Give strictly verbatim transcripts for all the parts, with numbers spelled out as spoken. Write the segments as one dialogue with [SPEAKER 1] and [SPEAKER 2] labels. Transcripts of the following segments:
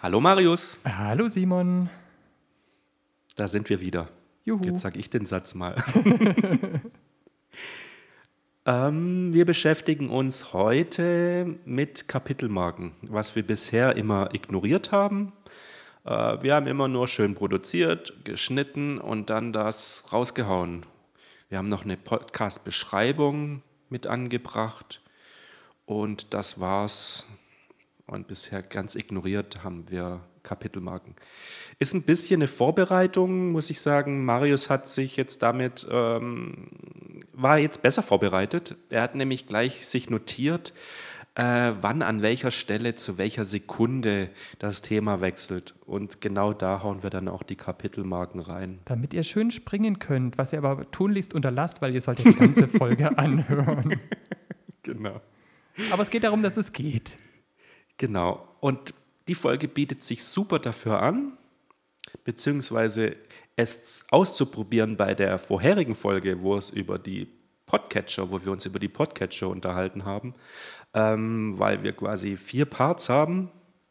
[SPEAKER 1] Hallo Marius,
[SPEAKER 2] Hallo Simon.
[SPEAKER 1] da sind wir wieder.
[SPEAKER 2] Juhu.
[SPEAKER 1] Jetzt sage ich den Satz mal. ähm, wir beschäftigen uns heute mit Kapitelmarken, was wir bisher immer ignoriert haben. Äh, wir haben immer nur schön produziert, geschnitten und dann das rausgehauen. Wir haben noch eine Podcast-Beschreibung mit angebracht und das war's. Und bisher ganz ignoriert haben wir Kapitelmarken. Ist ein bisschen eine Vorbereitung, muss ich sagen. Marius hat sich jetzt damit, ähm, war jetzt besser vorbereitet. Er hat nämlich gleich sich notiert, äh, wann an welcher Stelle zu welcher Sekunde das Thema wechselt. Und genau da hauen wir dann auch die Kapitelmarken rein.
[SPEAKER 2] Damit ihr schön springen könnt, was ihr aber tunlichst unterlasst, weil ihr sollt ja die ganze Folge anhören.
[SPEAKER 1] Genau.
[SPEAKER 2] Aber es geht darum, dass es geht.
[SPEAKER 1] Genau. Und die Folge bietet sich super dafür an, beziehungsweise es auszuprobieren bei der vorherigen Folge, wo es über die Podcatcher, wo wir uns über die Podcatcher unterhalten haben, ähm, weil wir quasi vier Parts haben.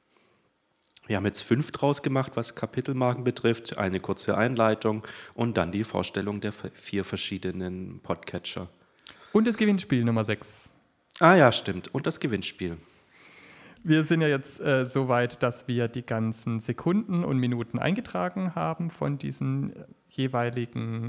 [SPEAKER 1] Wir haben jetzt fünf draus gemacht, was Kapitelmarken betrifft, eine kurze Einleitung und dann die Vorstellung der vier verschiedenen Podcatcher.
[SPEAKER 2] Und das Gewinnspiel Nummer sechs.
[SPEAKER 1] Ah ja, stimmt. Und das Gewinnspiel.
[SPEAKER 2] Wir sind ja jetzt äh, so weit, dass wir die ganzen Sekunden und Minuten eingetragen haben von diesen jeweiligen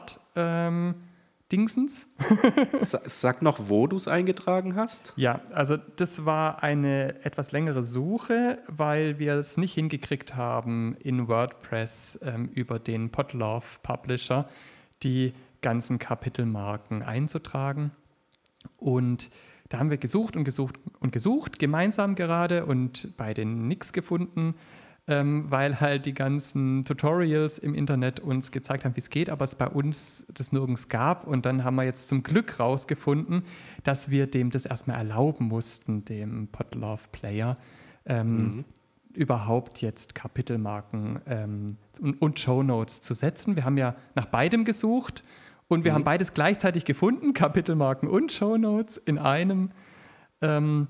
[SPEAKER 2] Start-Dingsens.
[SPEAKER 1] Ähm, Sag noch, wo du es eingetragen hast.
[SPEAKER 2] Ja, also das war eine etwas längere Suche, weil wir es nicht hingekriegt haben, in WordPress ähm, über den Podlove Publisher die ganzen Kapitelmarken einzutragen. Und da haben wir gesucht und gesucht und gesucht, gemeinsam gerade und bei denen nichts gefunden, ähm, weil halt die ganzen Tutorials im Internet uns gezeigt haben, wie es geht, aber es bei uns das nirgends gab. Und dann haben wir jetzt zum Glück rausgefunden, dass wir dem das erstmal erlauben mussten, dem Podlove Player, ähm, mhm. überhaupt jetzt Kapitelmarken ähm, und, und Shownotes zu setzen. Wir haben ja nach beidem gesucht. Und wir mhm. haben beides gleichzeitig gefunden, Kapitelmarken und Shownotes in einem. Ähm,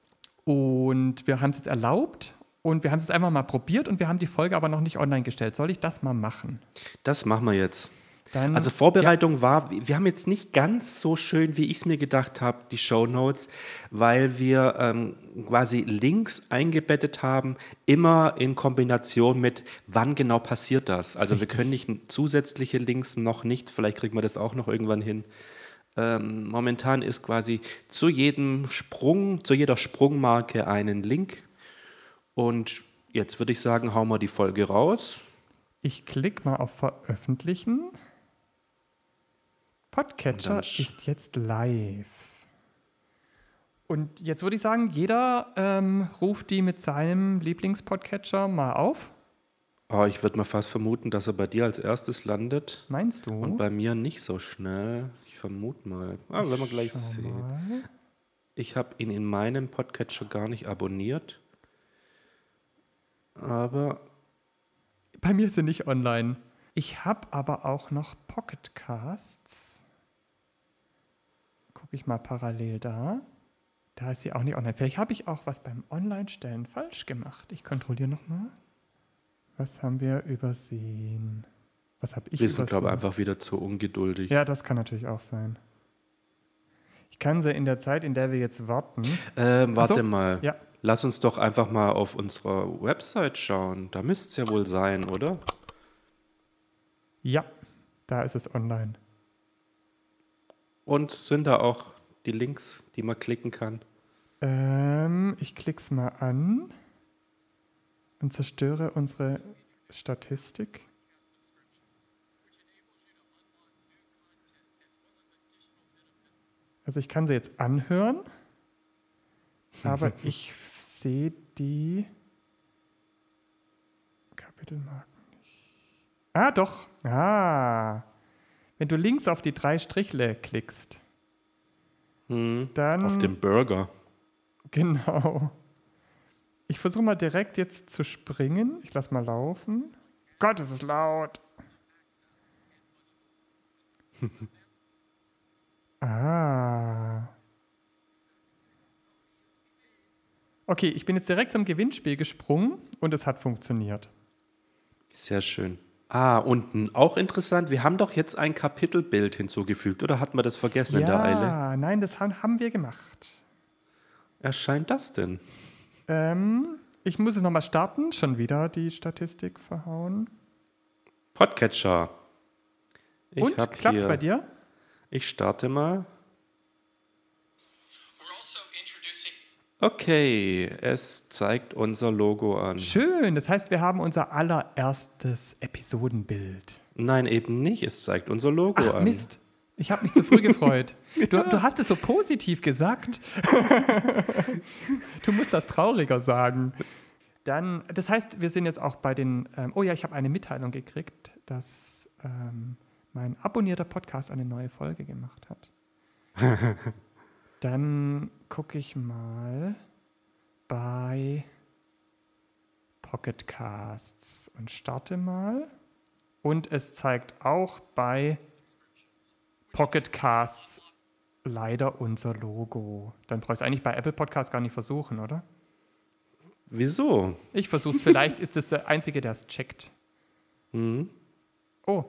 [SPEAKER 2] und wir haben es jetzt erlaubt und wir haben es jetzt einfach mal probiert und wir haben die Folge aber noch nicht online gestellt. Soll ich das mal machen?
[SPEAKER 1] Das machen wir jetzt.
[SPEAKER 2] Dann,
[SPEAKER 1] also Vorbereitung ja. war, wir haben jetzt nicht ganz so schön, wie ich es mir gedacht habe, die Shownotes, weil wir ähm, quasi Links eingebettet haben, immer in Kombination mit, wann genau passiert das. Also Richtig. Wir können nicht zusätzliche Links noch nicht, vielleicht kriegen wir das auch noch irgendwann hin. Ähm, momentan ist quasi zu jedem Sprung, zu jeder Sprungmarke einen Link. Und jetzt würde ich sagen, hauen wir die Folge raus.
[SPEAKER 2] Ich klicke mal auf Veröffentlichen. Podcatcher ist jetzt live. Und jetzt würde ich sagen, jeder ähm, ruft die mit seinem Lieblingspodcatcher mal auf.
[SPEAKER 1] Oh, ich würde mal fast vermuten, dass er bei dir als erstes landet.
[SPEAKER 2] Meinst du?
[SPEAKER 1] Und bei mir nicht so schnell. Ich vermute mal. Ah, werden wir gleich sehen. Mal. Ich habe ihn in meinem Podcatcher gar nicht abonniert. Aber
[SPEAKER 2] bei mir ist er nicht online. Ich habe aber auch noch Pocketcasts. Gucke ich mal parallel da. Da ist sie auch nicht online. Vielleicht habe ich auch was beim Online-Stellen falsch gemacht. Ich kontrolliere nochmal. Was haben wir übersehen? Was habe ich
[SPEAKER 1] Bist
[SPEAKER 2] übersehen?
[SPEAKER 1] du, glaube ich, einfach wieder zu ungeduldig.
[SPEAKER 2] Ja, das kann natürlich auch sein. Ich kann sie in der Zeit, in der wir jetzt warten...
[SPEAKER 1] Ähm, warte
[SPEAKER 2] so.
[SPEAKER 1] mal.
[SPEAKER 2] Ja.
[SPEAKER 1] Lass uns doch einfach mal auf unserer Website schauen. Da müsste es ja wohl sein, oder?
[SPEAKER 2] Ja, da ist es online.
[SPEAKER 1] Und sind da auch die Links, die man klicken kann?
[SPEAKER 2] Ähm, ich klicke es mal an und zerstöre unsere Statistik. Also ich kann sie jetzt anhören, aber ich sehe die Kapitelmarken nicht. Ah, doch. Ah. Wenn du links auf die drei Strichle klickst,
[SPEAKER 1] hm,
[SPEAKER 2] dann...
[SPEAKER 1] Auf den Burger.
[SPEAKER 2] Genau. Ich versuche mal direkt jetzt zu springen. Ich lasse mal laufen. Gott, es ist laut. ah. Okay, ich bin jetzt direkt zum Gewinnspiel gesprungen und es hat funktioniert.
[SPEAKER 1] Sehr schön. Ah, und auch interessant, wir haben doch jetzt ein Kapitelbild hinzugefügt, oder hat man das vergessen in der Eile?
[SPEAKER 2] Ja, nein, das haben, haben wir gemacht.
[SPEAKER 1] Erscheint das denn?
[SPEAKER 2] Ähm, ich muss es nochmal starten. Schon wieder die Statistik verhauen.
[SPEAKER 1] Podcatcher. Ich
[SPEAKER 2] und,
[SPEAKER 1] hab
[SPEAKER 2] klappt's
[SPEAKER 1] hier,
[SPEAKER 2] bei dir?
[SPEAKER 1] Ich starte mal. Okay, es zeigt unser Logo an.
[SPEAKER 2] Schön, das heißt, wir haben unser allererstes Episodenbild.
[SPEAKER 1] Nein, eben nicht, es zeigt unser Logo
[SPEAKER 2] Ach,
[SPEAKER 1] an.
[SPEAKER 2] Mist, ich habe mich zu früh gefreut. Du, du hast es so positiv gesagt. Du musst das trauriger sagen. Dann, das heißt, wir sind jetzt auch bei den, ähm, oh ja, ich habe eine Mitteilung gekriegt, dass ähm, mein abonnierter Podcast eine neue Folge gemacht hat. Dann gucke ich mal bei Pocket Casts und starte mal. Und es zeigt auch bei Pocket Casts leider unser Logo. Dann brauchst du eigentlich bei Apple Podcasts gar nicht versuchen, oder?
[SPEAKER 1] Wieso?
[SPEAKER 2] Ich versuche es. Vielleicht ist es der Einzige, der es checkt.
[SPEAKER 1] Mhm.
[SPEAKER 2] Oh.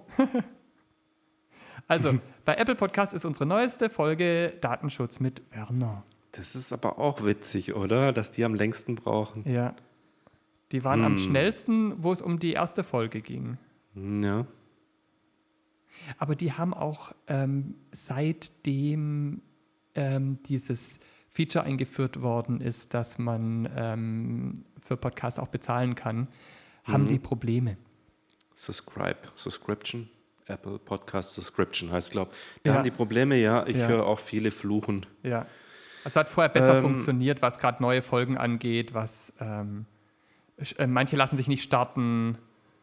[SPEAKER 2] Also, bei Apple Podcast ist unsere neueste Folge Datenschutz mit Werner.
[SPEAKER 1] Das ist aber auch witzig, oder? Dass die am längsten brauchen.
[SPEAKER 2] Ja. Die waren
[SPEAKER 1] Hm.
[SPEAKER 2] am schnellsten, wo es um die erste Folge ging.
[SPEAKER 1] Ja.
[SPEAKER 2] Aber die haben auch ähm, seitdem ähm, dieses Feature eingeführt worden ist, dass man ähm, für Podcasts auch bezahlen kann, haben
[SPEAKER 1] Mhm.
[SPEAKER 2] die Probleme.
[SPEAKER 1] Subscribe, Subscription, Apple Podcast Subscription heißt, glaube ich. Da
[SPEAKER 2] Ja.
[SPEAKER 1] haben die Probleme, ja. Ich
[SPEAKER 2] Ja.
[SPEAKER 1] höre auch viele fluchen.
[SPEAKER 2] Ja. Es hat vorher besser
[SPEAKER 1] Ähm,
[SPEAKER 2] funktioniert, was gerade neue Folgen angeht, was ähm, sch- äh, manche lassen sich nicht starten.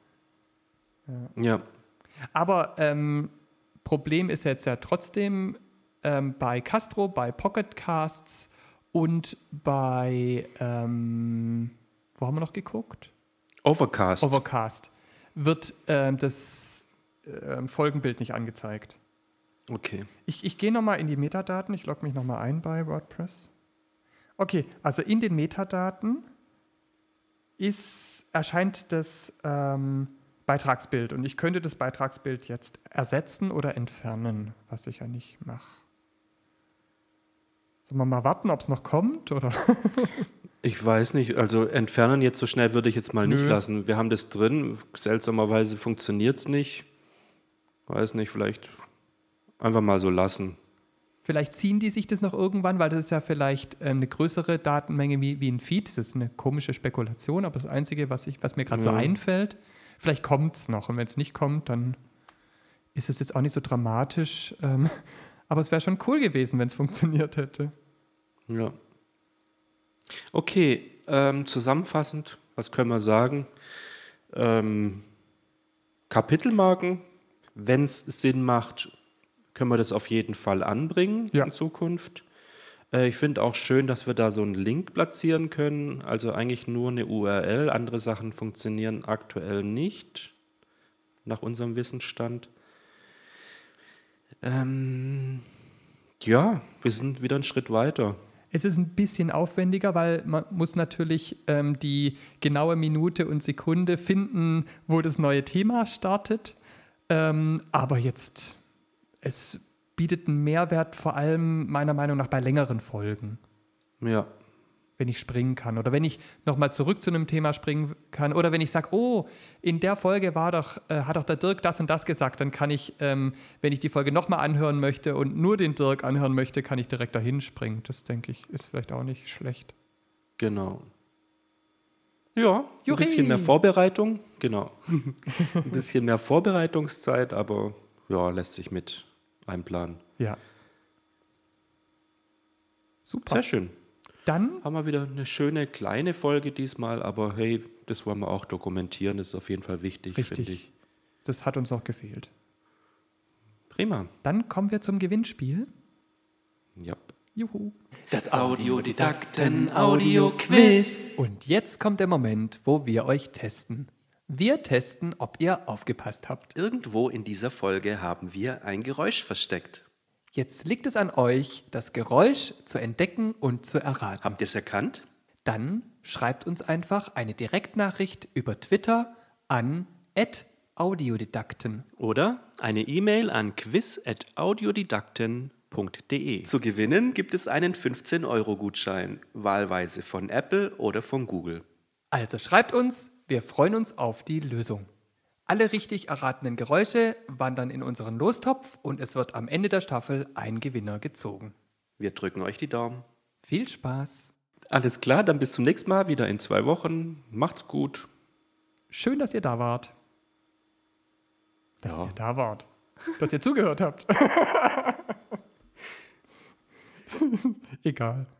[SPEAKER 1] Ja.
[SPEAKER 2] Aber ähm, Problem ist jetzt ja trotzdem ähm, bei Castro, bei Pocket Casts und bei, ähm, wo haben wir noch geguckt?
[SPEAKER 1] Overcast.
[SPEAKER 2] Overcast wird ähm, das ähm, Folgenbild nicht angezeigt.
[SPEAKER 1] okay.
[SPEAKER 2] Ich, ich gehe nochmal in die Metadaten, ich logge mich nochmal ein bei WordPress. Okay, also in den Metadaten ist, erscheint das ähm, Beitragsbild und ich könnte das Beitragsbild jetzt ersetzen oder entfernen, was ich ja nicht mache. Sollen wir mal warten, ob es noch kommt? Oder?
[SPEAKER 1] Ich weiß nicht, also entfernen jetzt so schnell würde ich jetzt mal nicht
[SPEAKER 2] Nö.
[SPEAKER 1] lassen. Wir haben das drin, seltsamerweise funktioniert es nicht. Weiß nicht, vielleicht einfach mal so lassen.
[SPEAKER 2] Vielleicht ziehen die sich das noch irgendwann, weil das ist ja vielleicht ähm, eine größere Datenmenge wie, wie ein Feed. Das ist eine komische Spekulation, aber das Einzige, was, ich, was mir gerade so
[SPEAKER 1] Ja.
[SPEAKER 2] einfällt, vielleicht kommt es noch. Und wenn es nicht kommt, dann ist es jetzt auch nicht so dramatisch. Ähm, aber es wäre schon cool gewesen, wenn es funktioniert hätte.
[SPEAKER 1] Ja. Okay, ähm, zusammenfassend, was können wir sagen? Ähm, Kapitelmarken, wenn es Sinn macht, können wir das auf jeden Fall anbringen
[SPEAKER 2] Ja.
[SPEAKER 1] in Zukunft. Äh, ich finde auch schön, dass wir da so einen Link platzieren können. Also eigentlich nur eine U R L. Andere Sachen funktionieren aktuell nicht, nach unserem Wissensstand. Ähm, ja, wir sind wieder einen Schritt weiter.
[SPEAKER 2] Es ist ein bisschen aufwendiger, weil man muss natürlich ähm, die genaue Minute und Sekunde finden, wo das neue Thema startet. Ähm, aber jetzt, es bietet einen Mehrwert vor allem meiner Meinung nach bei längeren Folgen,
[SPEAKER 1] Ja,
[SPEAKER 2] wenn ich springen kann. Oder wenn ich nochmal zurück zu einem Thema springen kann. Oder wenn ich sage, oh, in der Folge war doch, äh, hat doch der Dirk das und das gesagt, dann kann ich, ähm, wenn ich die Folge nochmal anhören möchte und nur den Dirk anhören möchte, kann ich direkt dahin springen. Das, denke ich, ist vielleicht auch nicht schlecht.
[SPEAKER 1] genau. Ja, ein
[SPEAKER 2] Juhi.
[SPEAKER 1] bisschen mehr Vorbereitung, genau. Ein bisschen mehr Vorbereitungszeit, aber ja, lässt sich mit einplanen.
[SPEAKER 2] Ja. Super.
[SPEAKER 1] Sehr schön.
[SPEAKER 2] Dann,
[SPEAKER 1] Haben wir wieder eine schöne kleine Folge diesmal, aber hey, das wollen wir auch dokumentieren, das ist auf jeden Fall wichtig, finde
[SPEAKER 2] richtig,
[SPEAKER 1] ich.
[SPEAKER 2] das hat uns noch gefehlt.
[SPEAKER 1] Prima.
[SPEAKER 2] Dann kommen wir zum Gewinnspiel.
[SPEAKER 1] Ja.
[SPEAKER 2] Juhu.
[SPEAKER 3] Das Audiodidakten-Audio-Quiz.
[SPEAKER 2] Und jetzt kommt der Moment, wo wir euch testen. Wir testen, ob ihr aufgepasst habt.
[SPEAKER 3] Irgendwo in dieser Folge haben wir ein Geräusch versteckt.
[SPEAKER 2] Jetzt liegt es an euch, das Geräusch zu entdecken und zu erraten.
[SPEAKER 3] Habt ihr es erkannt?
[SPEAKER 2] dann schreibt uns einfach eine Direktnachricht über Twitter an at audiodidakten.
[SPEAKER 1] Oder eine E-Mail an quiz at audiodidakten punkt de.
[SPEAKER 3] Zu gewinnen gibt es einen fünfzehn Euro Gutschein, wahlweise von Apple oder von Google.
[SPEAKER 2] Also schreibt uns, wir freuen uns auf die Lösung. Alle richtig erratenen Geräusche wandern in unseren Lostopf und es wird am Ende der Staffel ein Gewinner gezogen.
[SPEAKER 3] Wir drücken euch die Daumen.
[SPEAKER 2] Viel Spaß.
[SPEAKER 1] Alles klar, dann bis zum nächsten Mal, wieder in zwei Wochen. Macht's gut.
[SPEAKER 2] Schön, dass ihr da wart. Dass
[SPEAKER 1] Ja.
[SPEAKER 2] ihr da wart. Dass ihr zugehört habt. Egal.